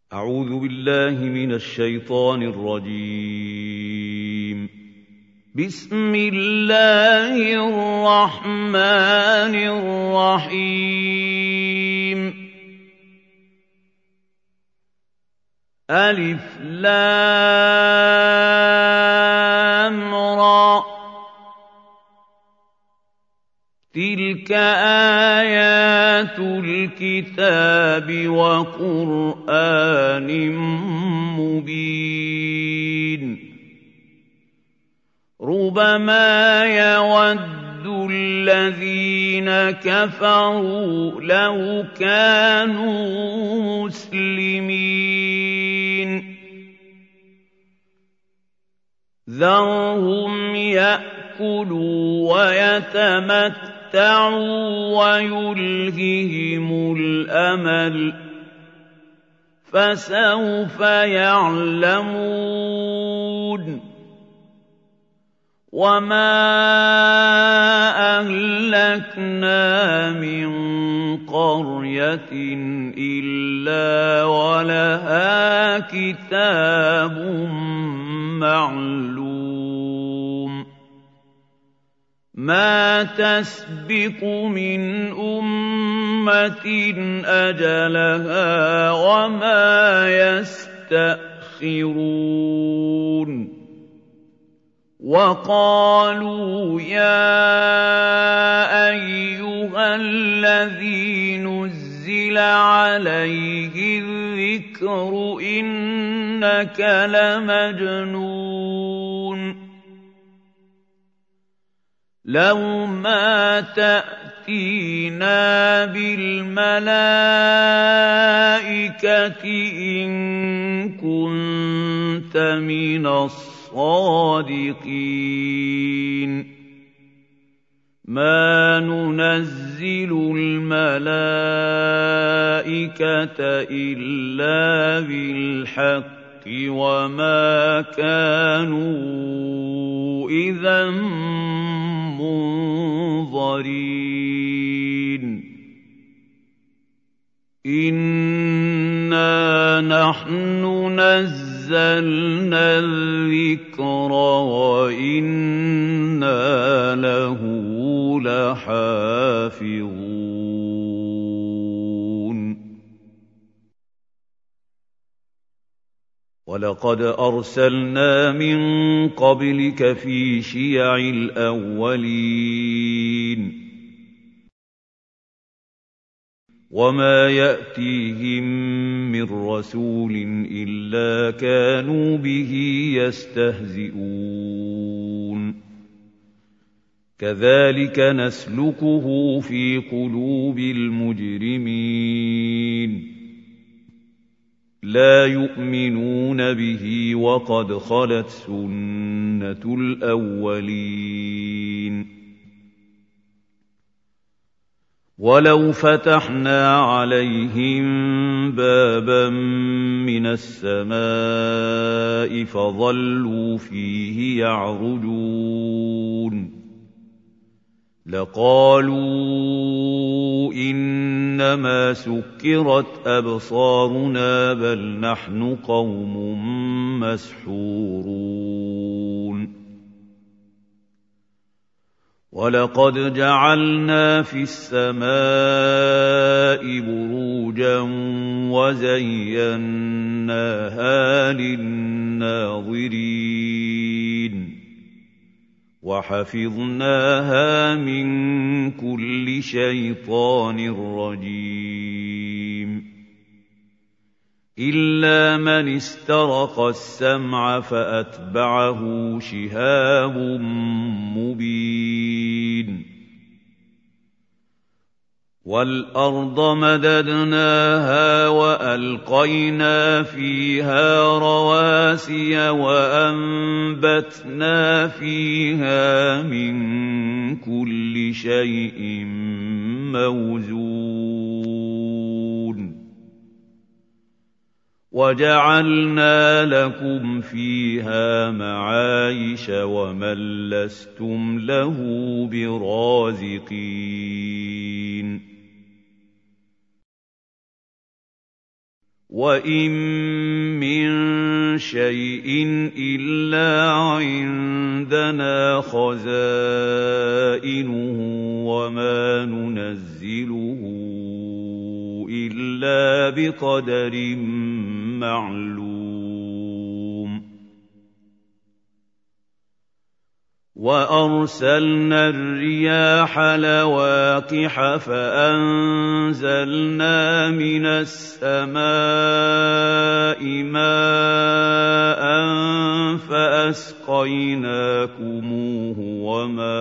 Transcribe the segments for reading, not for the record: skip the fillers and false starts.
أعوذ بالله من الشيطان الرجيم. بسم الله الرحمن الرحيم. ألف لام را، تلك آيات الكتاب وقرآن مبين. ربما يود الذين كفروا لو كانوا مسلمين. ذرهم يأكلوا ويتمتعوا ويلههم الأمل، فسوف يعلمون. وما أهلكنا من قرية إلا ولها كتاب معلوم. ما تسبق من أمة أجلها وما يستأخرون. وقالوا يا أيها الذي نزل عليه الذكر إنك لمجنون. لو ما تأتينا بالملائكة إن كنت من الصادقين. ما ننزل الملائكة إلا بالحق وما كانوا إذا منظرين. إنا نحن نزلنا الذكر وإنا له لحافظون. ولقد أرسلنا من قبلك في شيع الأولين وما يأتيهم من رسول إلا كانوا به يستهزئون. كذلك نسلكه في قلوب المجرمين. لا يؤمنون به وقد خلت سنة الأولين. ولو فتحنا عليهم بابا من السماء فظلوا فيه يعرجون لقالوا إنما سكرت أبصارنا بل نحن قوم مسحورون. ولقد جعلنا في السماء بروجا وزيناها للناظرين وحفظناها من كل شيطان رجيم. إلا من استرق السمع فأتبعه شهاب مبين. والأرض مددناها وألقينا فيها رواسي وأنبتنا فيها من كل شيء موزون. وجعلنا لكم فيها معايش ومن لستم له برازقين. وَإِن مِّن شَيْءٍ إِلَّا عِندَنَا خَزَائِنُهُ وَمَا نُنَزِّلُهُ إِلَّا بِقَدَرٍ مَّعْلُومٍ وَأَرْسَلْنَا الرِّيَاحَ لَوَاقِحَ فَأَنزَلْنَا مِنَ السَّمَاءِ مَاءً فَأَسْقَيْنَاكُمُوهُ وَمَا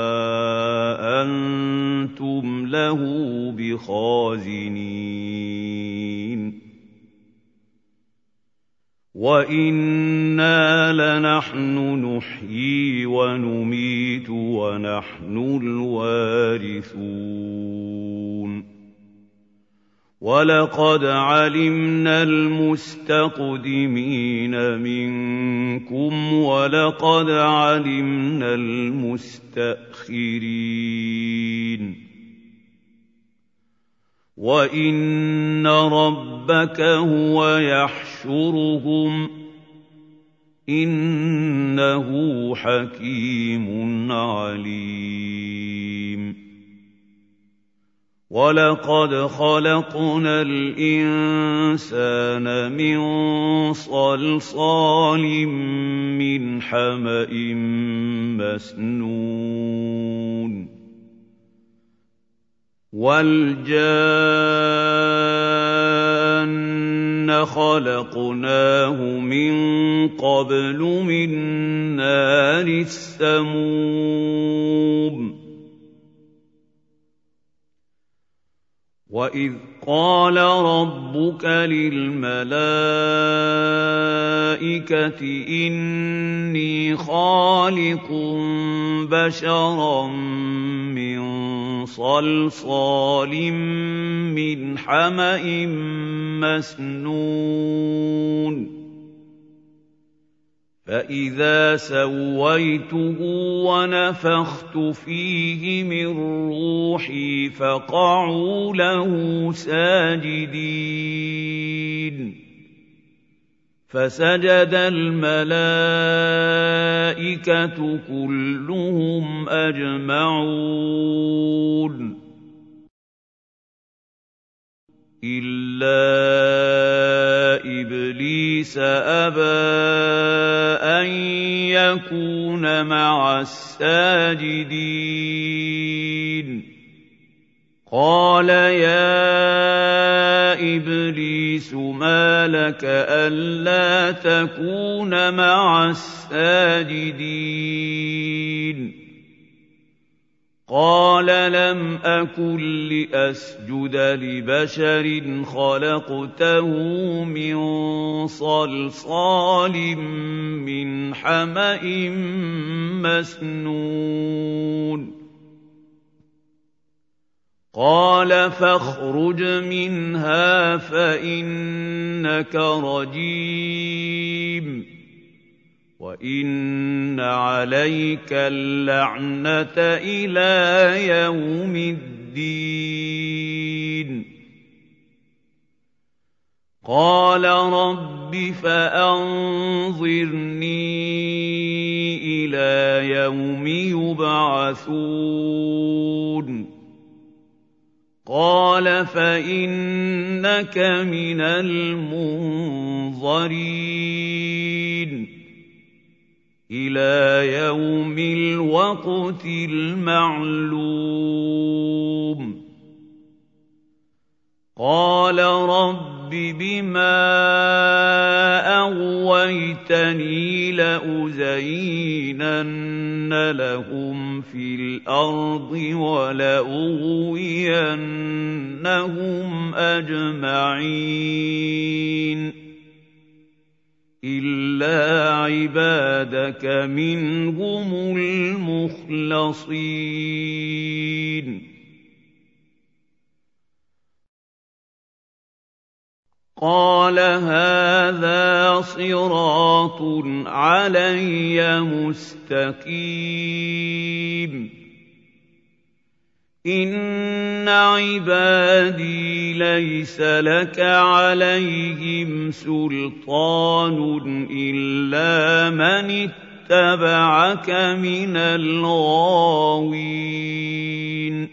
أَنتُمْ لَهُ بِخَازِنِينَ وَإِنَّا لَنَحْنُ نُحْيِي وَنُمِيتُ وَنَحْنُ الْوَارِثُونَ وَلَقَدْ عَلِمْنَا الْمُسْتَقْدِمِينَ مِنكُمْ وَلَقَدْ عَلِمْنَا الْمُسْتَأْخِرِينَ وَإِنَّ رَبَّكَ هُوَ يَحْشُرُهُمْ ۚ إِنَّهُ حَكِيمٌ عَلِيمٌ وَلَقَدْ خَلَقْنَا الْإِنسَانَ مِن صَلْصَالٍ مِّنْ حَمَإٍ مَّسْنُونٍ وَالْجَانَّ خَلَقْنَاهُ مِن قَبْلُ مِن نَّارِ السَّمُومِ وَإِذْ قَالَ رَبُّكَ لِلْمَلَائِكَةِ إِنِّي خَالِقٌ بَشَرًا مِّن صَلْصَالٍ مِّنْ حَمَإٍ مَّسْنُونٍ فَإِذَا سَوَّيْتُهُ وَنَفَخْتُ فِيهِ مِن رُّوحِي فَقَعُوا لَهُ سَاجِدِينَ فَسَجَدَ الْمَلَائِكَةُ كُلُّهُمْ أَجْمَعُونَ إِلَّا إِبْلِيسَ أَبَىٰ أَن يَكُونَ مَعَ السَّاجِدِينَ قَالَ يَا إِبْلِيسُ مَا لَكَ أَلَّا تَكُونَ مَعَ السَّاجِدِينَ قَالَ لَمْ أَكُن لِّأَسْجُدَ لِبَشَرٍ خَلَقْتَهُ مِن صَلْصَالٍ مِّنْ حَمَإٍ مَّسْنُونٍ قَالَ فَاخْرُجْ مِنْهَا فَإِنَّكَ رَجِيمٌ وَإِنَّ عَلَيْكَ اللَّعْنَةَ إِلَىٰ يَوْمِ الدِّينِ قَالَ رَبِّ فَأَنظِرْنِي إِلَىٰ يَوْمِ يُبْعَثُونَ قَالَ فَإِنَّكَ مِنَ الْمُنظَرِينَ إِلَىٰ يَوْمِ الْوَقْتِ الْمَعْلُومِ قَالَ رَبِّ بِمَا أَغْوَيْتَنِي لَأُزَيِّنَنَّ لَهُمْ فِي الْأَرْضِ وَلَأُغْوِيَنَّهُمْ أَجْمَعِينَ إِلَّا عِبَادَكَ مِنْهُمُ الْمُخْلَصِينَ قَالَ هَٰذَا صِرَاطٌ عَلَيَّ مُسْتَقِيمٌ إِنَّ عِبَادِي لَيْسَ لَكَ عَلَيْهِمْ سُلْطَانٌ إِلَّا مَنِ اتَّبَعَكَ مِنَ الْغَاوِينَ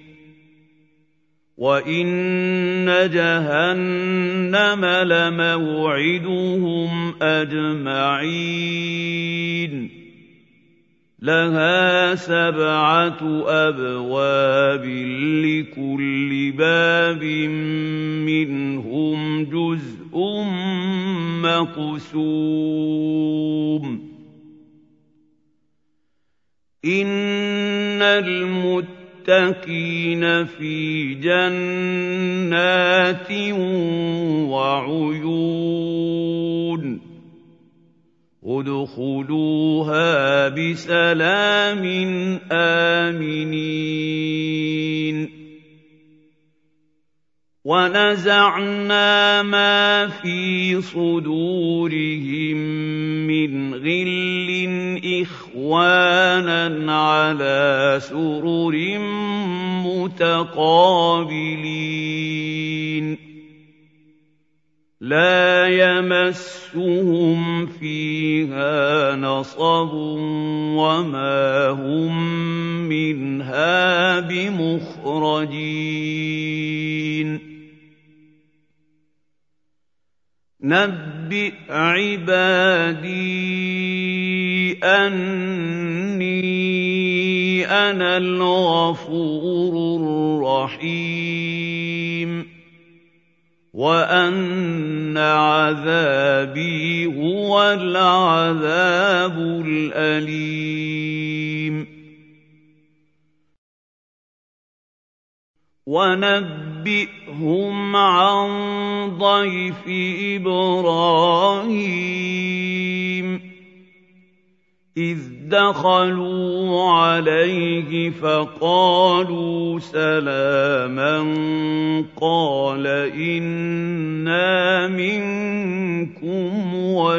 وَإِنَّ جَهَنَّمَ لَمَوْعِدُهُمْ أَجْمَعِينَ لَهَا 7 أَبْوَابٍ لِكُلِّ بَابٍ مِّنْهُمْ جُزْءٌ مَّقْسُومٌ إِنَّ الْمُتَّقِينَ فِي جَنَّاتٍ وَعُيُونٍ ادْخُلُوهَا بِسَلَامٍ آمِنِينَ وَنَزَعْنَا مَا فِي صُدُورِهِم مِّنْ غِلٍّ إِخْوَانًا عَلَىٰ سُرُرٍ مُّتَقَابِلِينَ لَا يَمَسُّهُمْ فِيهَا نَصَبٌ وَمَا هُم مِّنْهَا بِمُخْرَجِينَ نَبِّئْ عِبَادِي أَنِّي أَنَا الْغَفُورُ الرَّحِيمُ وَأَنَّ عَذَابِي هُوَ الْعَذَابُ الْأَلِيمُ وَنَبِّئْهُمْ عَن ضَيْفِ إِبْرَاهِيمَ إِذْ دَخَلُوا عَلَيْهِ فَقَالُوا سَلَامًا قَالَ إِنَّا مِنكُمْ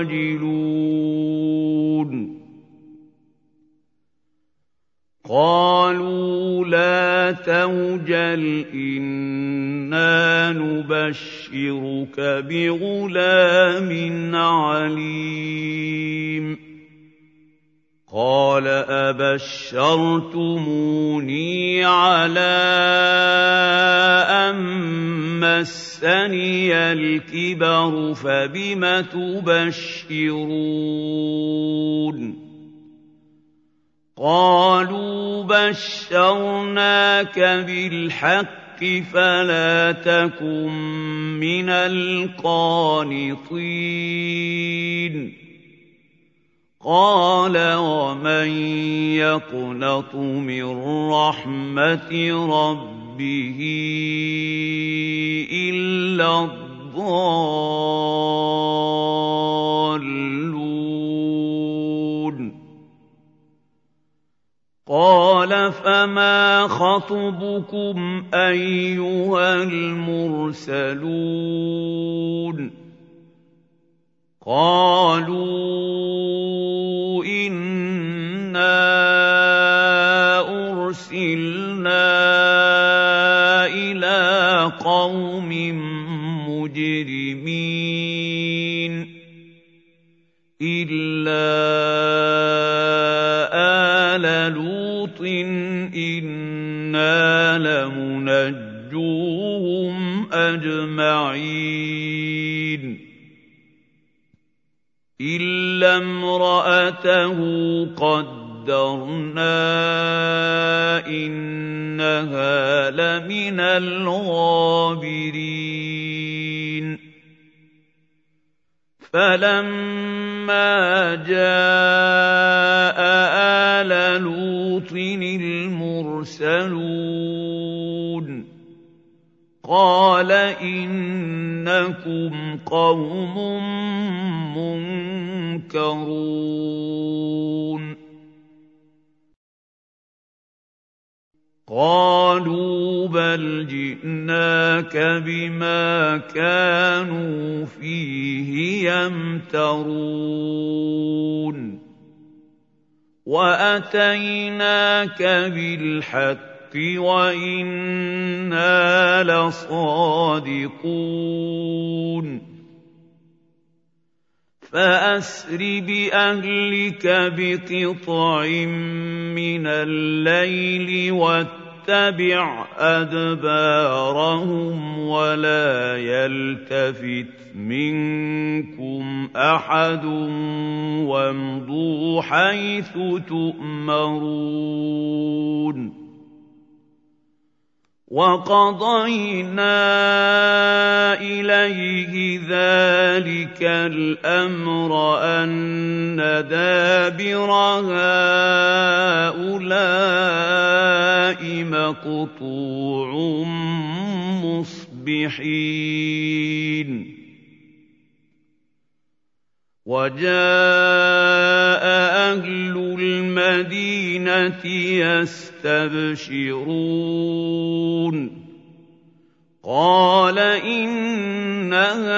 وَجِلُونَ قَالُوا لَا تَوْجَلْ إِنَّا نُبَشِّرُكَ بِغُلَامٍ عَلِيمٍ قَالَ أَبَشَّرْتُمُونِي عَلَىٰ أَن مَّسَّنِيَ الْكِبَرُ فَبِمَ تُبَشِّرُونَ قَالُوا بَشَّرْنَاكَ بِالْحَقِّ فَلَا تَكُن مِّنَ الْقَانِطِينَ قَالَ وَمَن يَقْنَطُ مِن رَّحْمَةِ رَبِّهِ إِلَّا الضَّالُّونَ قَالَ فَمَا خَطْبُكُمْ أَيُّهَا الْمُرْسَلُونَ قَالُوا إِنَّا أُرْسِلْنَا إِلَىٰ قَوْمٍ مُّجْرِمِينَ إِلَّا آلَ لُوطٍ إِنَّا لَمُنَجُّوهُمْ أَجْمَعِينَ إِلَّا امْرَأَتَهُ قَدَّرْنَا إِنَّهَا لَمِنَ الْغَابِرِينَ فَلَمَّا جَاءَ آلَ لُوطٍ الْمُرْسَلُونَ قَالَ إِنَّكُمْ قَوْمٌ مُّنكَرُونَ قَالُوا بَلْ جِئْنَاكَ بِمَا كَانُوا فِيهِ يَمْتَرُونَ وَأَتَيْنَاكَ بِالْحَقِّ وَإِنَّا لَصَادِقُونَ فَأَسْرِ بِأَهْلِكَ بِقِطْعٍ مِّنَ اللَّيْلِ وَاتَّبِعْ أَدْبَارَهُمْ وَلَا يَلْتَفِتْ مِنكُمْ أَحَدٌ وَامْضُوا حَيْثُ تُؤْمَرُونَ وَقَضَيْنَا إِلَيْهِ ذَلِكَ الْأَمْرَ أَنَّ دَابِرَ هَٰؤُلَاءِ مَقْطُوعٌ مُّصْبِحِينَ وَجَاءَ أَهْلُ الْمَدِينَةِ يَسْتَبْشِرُونَ قَالَ إِنَّ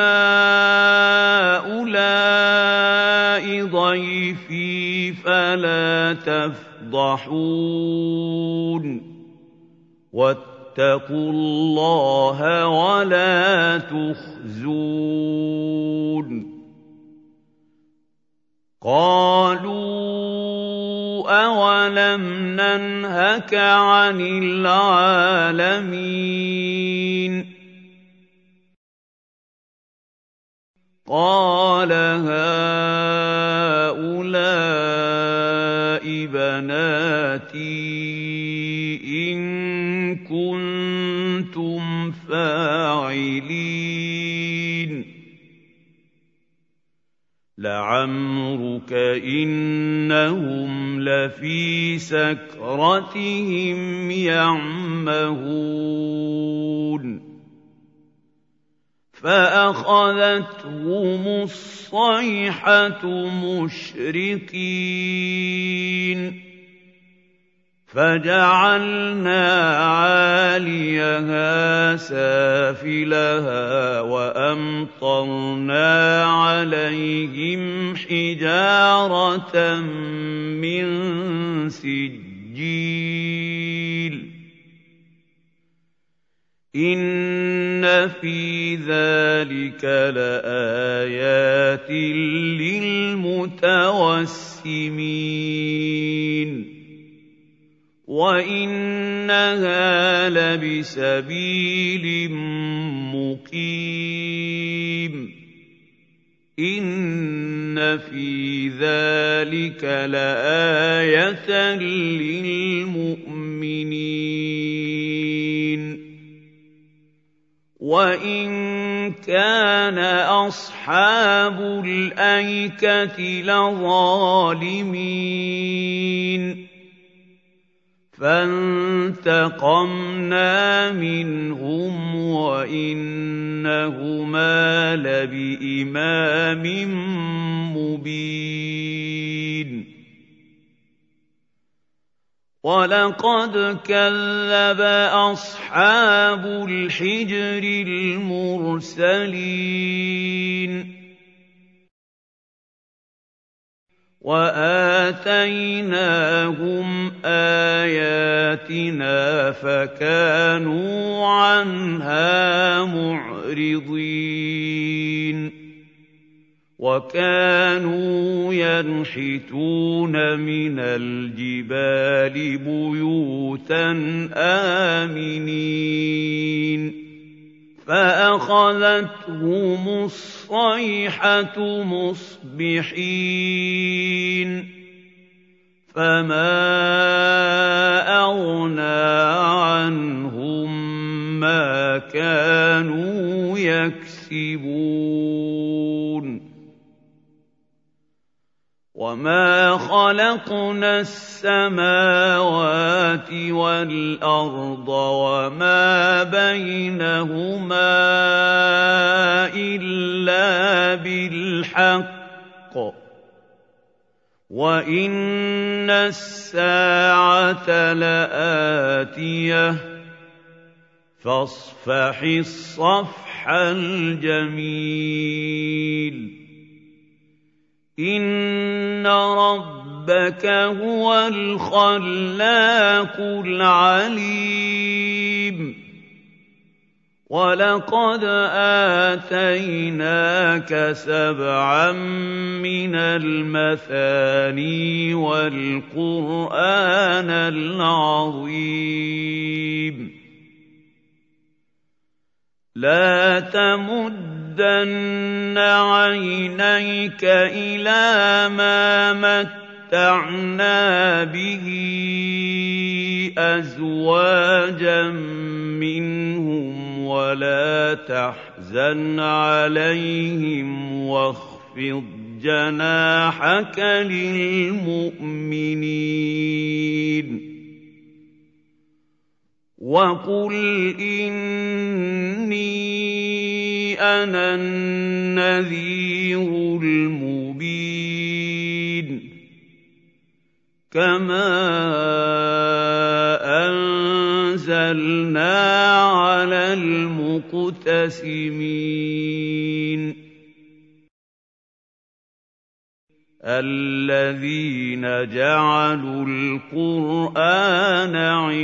هَٰؤُلَاءِ ضَيْفِي فَلَا تَفْضَحُونِ وَاتَّقُوا اللَّهَ وَلَا تُخْزُونِ قَالُوا أَوَلَمْ نَنْهَكَ عَنِ الْعَالَمِينَ قَالَ هَٰؤُلَاءِ بَنَاتِي إِن كُنتُمْ فَاعِلِينَ لَعَمْرُكَ إِنَّهُمْ لَفِي سَكْرَتِهِمْ يَعْمَهُونَ فَأَخَذَتْهُمُ الصَّيْحَةُ مُشْرِقِينَ فَجَعَلْنَا عَالِيَهَا سَافِلَهَا وَأَمْطَرْنَا عَلَيْهِمْ حِجَارَةً مِّن سِجِّيلٍ إِنَّ فِي ذَلِكَ لَآيَاتٍ لِّلْمُتَوَسِّمِينَ وَإِنَّهَا لَبِسَبِيلٍ مُّقِيمٍ إِنَّ فِي ذَلِكَ لَآيَةً لِّلْمُؤْمِنِينَ وَإِن كَانَ أَصْحَابُ الْأَيْكَةِ لَظَالِمِينَ فَانتَقَمْنَا مِنْهُمْ وَإِنَّهُمَا لَبِإِمَامٍ مُّبِينٍ وَلَقَدْ كَذَّبَ أَصْحَابُ الْحِجْرِ الْمُرْسَلِينَ وَآتَيْنَاهُمْ آيَاتِنَا فَكَانُوا عَنْهَا مُعْرِضِينَ وَكَانُوا يَنْحِتُونَ مِنَ الْجِبَالِ بُيُوتًا آمِنِينَ فَأَخَذَتْهُمُ الصَّيْحَةُ مُصْبِحِينَ فَمَا أَغْنَىٰ عَنْهُم مَّا كَانُوا يَكْسِبُونَ وَمَا خَلَقْنَا السَّمَاوَاتِ وَالْأَرْضَ وَمَا بَيْنَهُمَا إِلَّا بِالْحَقِّ وَإِنَّ السَّاعَةَ لَآتِيَةٌ فَاصْفَحِ الصَّفْحَ الْجَمِيلَ إِنَّ رَبَّكَ رَبَّكَ هُوَ الْخَلَّاقُ الْعَلِيمُ وَلَقَدْ آتَيْنَاكَ سَبْعًا مِّنَ الْمَثَانِي وَالْقُرْآنَ الْعَظِيمَ لَا تَمُدَّنَّ عَيْنَيْكَ إِلَىٰ مَا مَتَّعْنَا بِهِ أَزْوَاجًا مِّنْهُمْ وَلَا تَحْزَنْ عَلَيْهِمْ وَاخْفِضْ جَنَاحَكَ لِلْمُؤْمِنِينَ وَقُلْ إِنِّي أَنَا النَّذِيرُ الْمُبِينُ كَمَا أَنزَلْنَا عَلَى الْمُقْتَسِمِينَ الَّذِينَ جَعَلُوا الْقُرْآنَ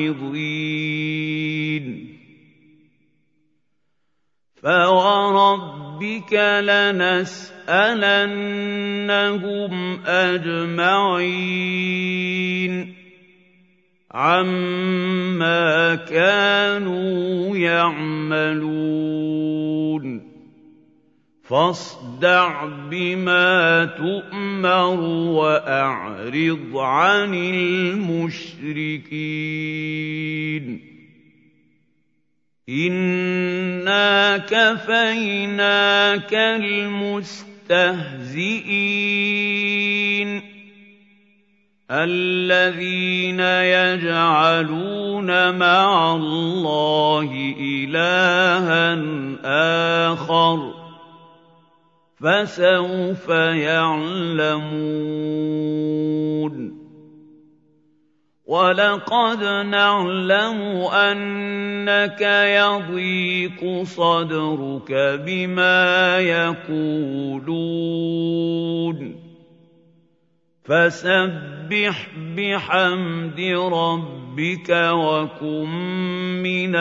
عِضِينَ فَوَرَبِّكَ لَنَسْأَلَنَّهُمْ أَجْمَعِينَ عَمَّا كَانُوا يَعْمَلُونَ فَاصْدَعْ بِمَا تُؤْمَرُ وَأَعْرِضْ عَنِ الْمُشْرِكِينَ إِنَّا كَفَيْنَاكَ الْمُسْتَهْزِئِينَ الَّذِينَ يَجْعَلُونَ مَعَ اللَّهِ إِلَٰهًا آخَرَ فَسَوْفَ يَعْلَمُونَ وَلَقَدْ نَعْلَمُ أَنَّكَ يَضِيقُ صَدْرُكَ بِمَا يَقُولُونَ فَسَبِّحْ بِحَمْدِ رَبِّكَ وَكُن مِّنَ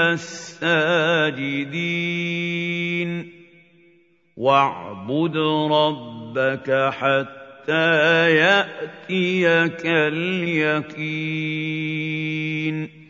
السَّاجِدِينَ وَاعْبُدْ رَبَّكَ حَتَّىٰ يَأْتِيَكَ الْيَقِينُ